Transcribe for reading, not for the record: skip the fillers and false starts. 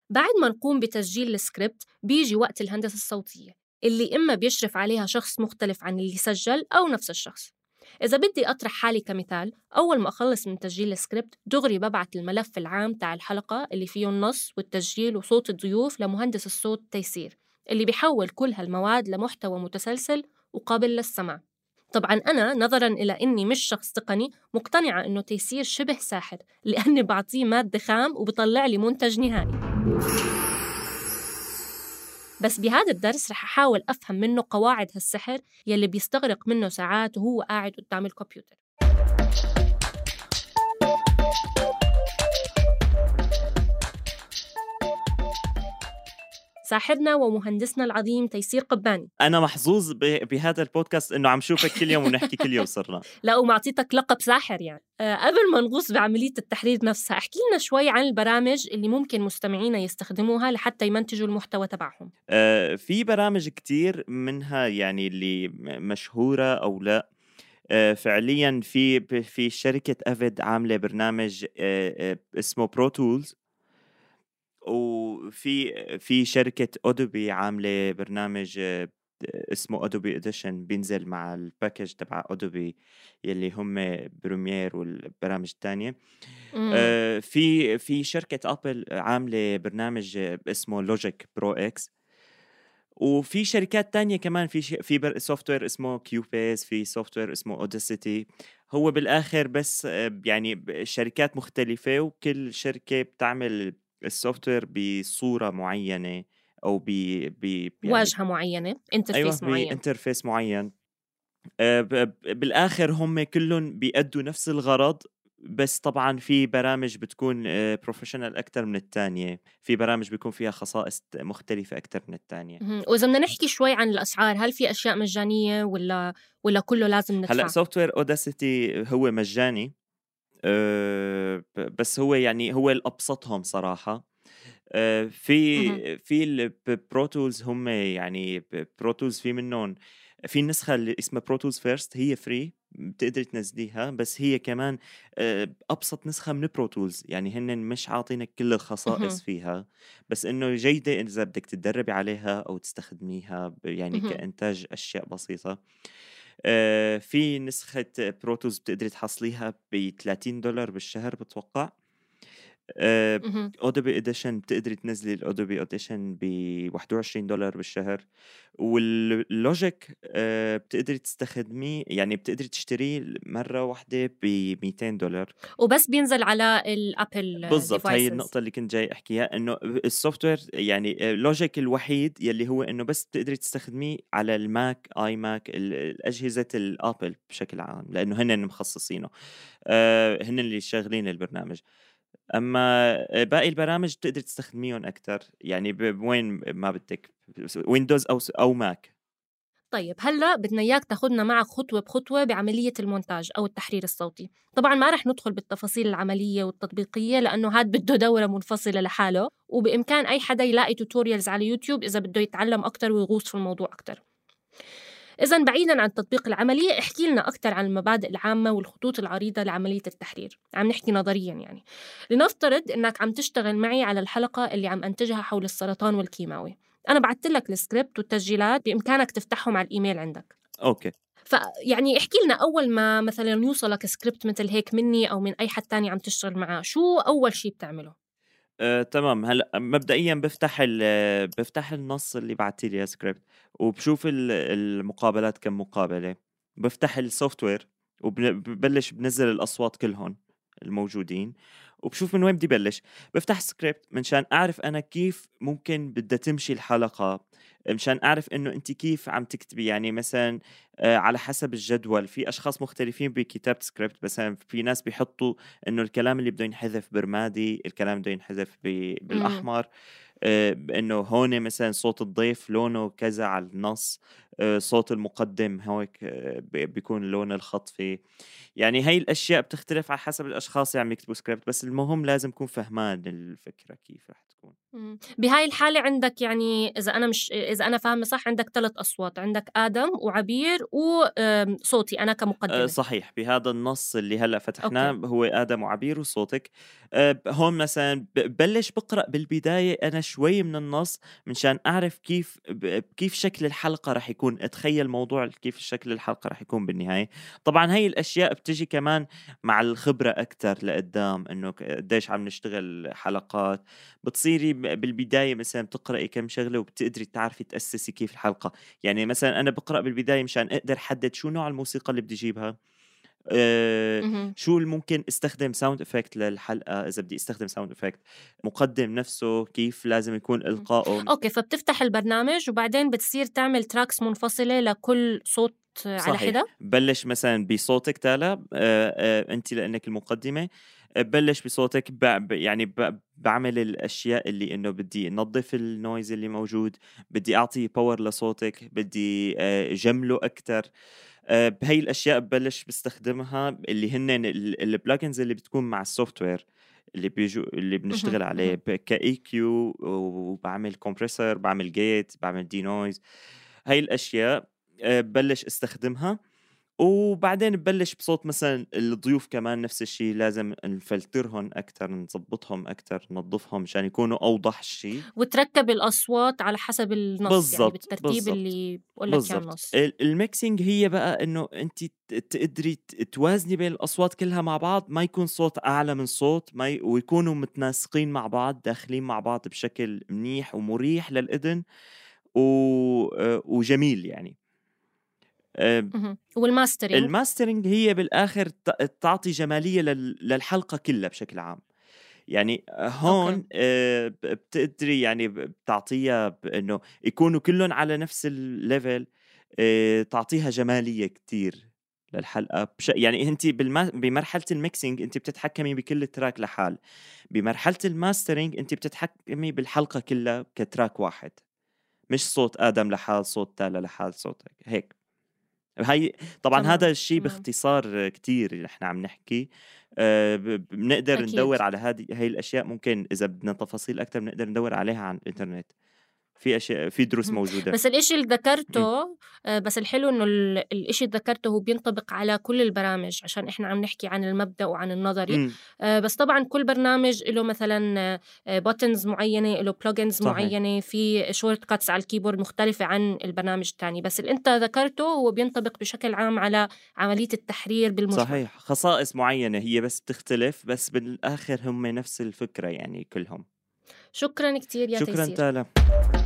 بعد ما نقوم بتسجيل السكريبت بيجي وقت الهندسة الصوتية اللي إما بيشرف عليها شخص مختلف عن اللي سجل أو نفس الشخص. إذا بدي أطرح حالي كمثال، أول ما أخلص من تسجيل السكريبت دغري ببعت الملف العام تاع الحلقة اللي فيه النص والتسجيل وصوت الضيوف لمهندس الصوت تيسير، اللي بيحول كل هالمواد لمحتوى متسلسل وقابل للسمع. طبعاً أنا نظراً إلى إني مش شخص تقني مقتنعة إنه تيسير شبه ساحر، لأني بعطيه مادة خام وبطلع لي منتج نهائي. بس بهذا الدرس رح أحاول أفهم منه قواعد هالسحر يلي بيستغرق منه ساعات وهو قاعد قدام الكمبيوتر. ساحرنا ومهندسنا العظيم تيسير قباني. أنا محظوظ بهذا البودكاست إنه عم شوفك كل يوم ونحكي كل يوم صرنا. لا ومعطيتك لقب ساحر يعني. قبل ما نغوص بعملية التحرير نفسها، احكي لنا شوي عن البرامج اللي ممكن مستمعينا يستخدموها لحتى يمنتجوا المحتوى تبعهم. في برامج كتير منها يعني اللي مشهورة أو لا. فعليا في شركة أفيد عاملة برنامج اسمه برو تولز، وفي شركة أودوبي عاملة برنامج اسمه أودوبي إديشن، بينزل مع الباكج تبع أودوبي يلي هم بريمير والبرامج التانية. في شركة أبل عاملة برنامج اسمه لوجيك برو إكس، وفي شركات تانية كمان في سوفتوير اسمه كيوبيز، في سوفتوير اسمه اوداسيتي. هو بالآخر بس يعني شركات مختلفة، وكل شركة بتعمل السوفتوير بصورة معينة أو يعني واجهة معينة، أيوة انترفيس معين. بانترفيس معين. بالآخر هم كلهم بيأدوا نفس الغرض، بس طبعا في برامج بتكون بروفيشنال أكتر من التانية، في برامج بيكون فيها خصائص مختلفة أكتر من التانية. وإذا بدنا نحكي شوي عن الأسعار، هل في أشياء مجانية ولا كله لازم ندفع؟ هلأ سوفتوير اوداسيتي هو مجاني، بس هو يعني هو الأبسطهم صراحة. في البروتولز هم يعني بروتولز في منهم، في النسخة اللي اسمها بروتولز فيرست هي فري بتقدر تنزليها، بس هي كمان أبسط نسخة من بروتولز، يعني هن مش عاطينك كل الخصائص فيها، بس إنه جيدة إذا بدك تتدربي عليها أو تستخدميها يعني كإنتاج أشياء بسيطة. في نسخة بروتوز بتقدري تحصليها $30 بالشهر بتوقع. اودوبي اديشن بتقدري تنزلي الاودوبي اديشن $21 بالشهر، واللوجيك بتقدري تستخدميه، يعني بتقدري تشتريه مرة واحدة $200 وبس بينزل على الابل بالضبط. هي ديفايسز. النقطة اللي كنت جاي احكيها، انه السوفت وير يعني لوجيك الوحيد يلي هو انه بس بتقدري تستخدميه على الماك، اي ماك، الاجهزة الابل بشكل عام، لانه هن مخصصينه، هن اللي شغالين البرنامج. اما باقي البرامج بتقدر تستخدميهم اكثر يعني بوين ما بدك، ويندوز او ماك. طيب هلا بدنا اياك تاخدنا معك خطوه بخطوه بعمليه المونتاج او التحرير الصوتي. طبعا ما رح ندخل بالتفاصيل العمليه والتطبيقيه لانه هاد بده دوره منفصله لحاله، وبامكان اي حدا يلاقي توتوريالز على يوتيوب اذا بده يتعلم اكثر ويغوص في الموضوع اكثر. إذن بعيداً عن التطبيق العملي، احكي لنا أكثر عن المبادئ العامة والخطوط العريضة لعملية التحرير. عم نحكي نظرياً يعني. لنفترض إنك عم تشتغل معي على الحلقة اللي عم أنتجها حول السرطان والكيماوي. أنا بعثت لك السكريبت والتسجيلات، بإمكانك تفتحهم على الإيميل عندك. اوكي. فيعني احكي لنا أول ما مثلاً يوصلك سكريبت مثل هيك مني أو من أي حد تاني عم تشتغل معاه، شو أول شي بتعمله؟ تمام. هلا مبدئيا بفتح النص اللي بعتي لي سكريبت، وبشوف المقابلات كم مقابلة، بفتح السوفت وير وببلش بنزل الأصوات كلهم الموجودين، وبشوف من وين بدي بلش. بفتح سكريبت منشان أعرف أنا كيف ممكن بدها تمشي الحلقة، مشان أعرف إنه أنت كيف عم تكتبي. يعني مثلا على حسب الجدول، في أشخاص مختلفين بكتابة سكريبت. مثلا في ناس بيحطوا إنه الكلام اللي بده ينحذف برمادي، الكلام بده ينحذف بالأحمر، إنه هون مثلا صوت الضيف لونه كذا على النص، صوت المقدم هيك بيكون لون الخط فيه. يعني هاي الأشياء بتختلف على حسب الأشخاص اللي عم يكتبوا سكريبت، بس المهم لازم يكون فهمان الفكرة كيف رح تكون. بهاي الحالة عندك يعني إذا أنا فاهمة صح عندك 3 أصوات، عندك آدم وعبير وصوتي أنا كمقدمة. صحيح، بهذا النص اللي هلأ فتحناه أوكي. هو آدم وعبير وصوتِك. هون مثلًا بلّش باقرأ بالبداية أنا شوي من النص منشان أعرف كيف شكل الحلقة رح يكون، أتخيّل موضوع كيف شكل الحلقة رح يكون بالنهاية. طبعًا هاي الأشياء بتيجي كمان مع الخبرة أكتر لقدّام، إنه قديش عم نشتغل حلقات، بتصيري بالبداية مثلًا بتقرأي كم شغلة وبتقدري تعرفي تأسّسي كيف الحلقة. يعني مثلًا أنا باقرأ بالبداية مشان أقدر أحدد شو نوع الموسيقى اللي بدي أجيبها، اهم. شو ممكن استخدم sound effect للحلقة إذا بدي استخدم sound effect، مقدم نفسه كيف لازم يكون إمم. إلقائه. أوكي، فبتفتح البرنامج وبعدين بتصير تعمل tracks منفصلة لكل صوت على صحيح، حدة؟ بلّش مثلًا بصوتِك تالا، أنتِ لإنِّك المقدمة، بلّش بصوتِك ب ب يعني باعمل الأشياء اللي إنه بدي نضّف الnoise اللي موجود، بدي أعطي power لصوتِك، بدي جمله أكتر. بهي الأشياء ببلش باستخدمها اللي هن الplugins اللي بتكون مع الsoftware اللي اهم. بنشتغل عليه اهم. كEQ، وباعمل compressor، باعمل gate، باعمل denoise. هاي الأشياء ببلش استخدمها، وبعدين ببلش بصوت مثلًا الضيوف كمان نفس الشي، لازم نفلترهم أكتر، نضبطهم أكتر، ننضفهم مشان يكونوا أوضح شي. وتركّب الأصوات على حسب النص، يعني بالضبط، بالترتيب بالضبط، اللي بيقول لك إياه بالضبط. النص. الmixing هي بقى إنه أنتِ تقدري توازني بين الأصوات كلها مع بعض، ما يكون صوت أعلى من صوت، ما ويكونوا متناسقين مع بعض، داخلين مع بعض بشكل منيح ومريح للأذن و وجميل يعني. آآ اهم. والmastering؟ الmastering هي بالآخر تعطي جمالية للحلقة كلها بشكل عام. يعني أوكي. هون بتقدري يعني بتعطيها بإنه يكونوا كلّن على نفس الlevel، تعطيها جمالية كتير للحلقة يعني أنتِ بمرحلة الmixing أنتِ بتتحكمي بكل track لحال، بمرحلة الmastering أنتِ بتتحكمي بالحلقة كلّها كtrack واحد، مش صوت آدم لحال، صوت تالا لحال، صوت هيك. هي طبعًا هذا تمام. الشيء تمام. باختصار كتير اللي إحنا عم نحكي. بنقدر أكيد. ندوّر على هاي الأشياء، ممكن إذا بدنا تفاصيل أكتر بنقدر ندوّر عليها على الإنترنت، في أشياء، في دروس اهم. موجودة. بس الإشي اللي إمم، ذكرته بس الحلو إنه الإشي اللي ذكرته هو بينطبق على كل البرامج، عشان إحنا عم نحكي عن المبدأ وعن النظري. إمم، بس طبعًا كل برنامج إله مثلًا buttons معيّنة، إله plugins صحيح، معيّنة، في shortcuts على الكيبورد مختلفة عن البرنامج التاني، بس اللي أنت ذكرته هو بينطبق بشكل عام على عملية التحرير بالمجمل. صحيح، خصائص معيّنة هي بس بتختلف، بس بالآخر هم نفس الفكرة يعني كلهم. شكرًا كتير يا شكرًا تيسير. تالا.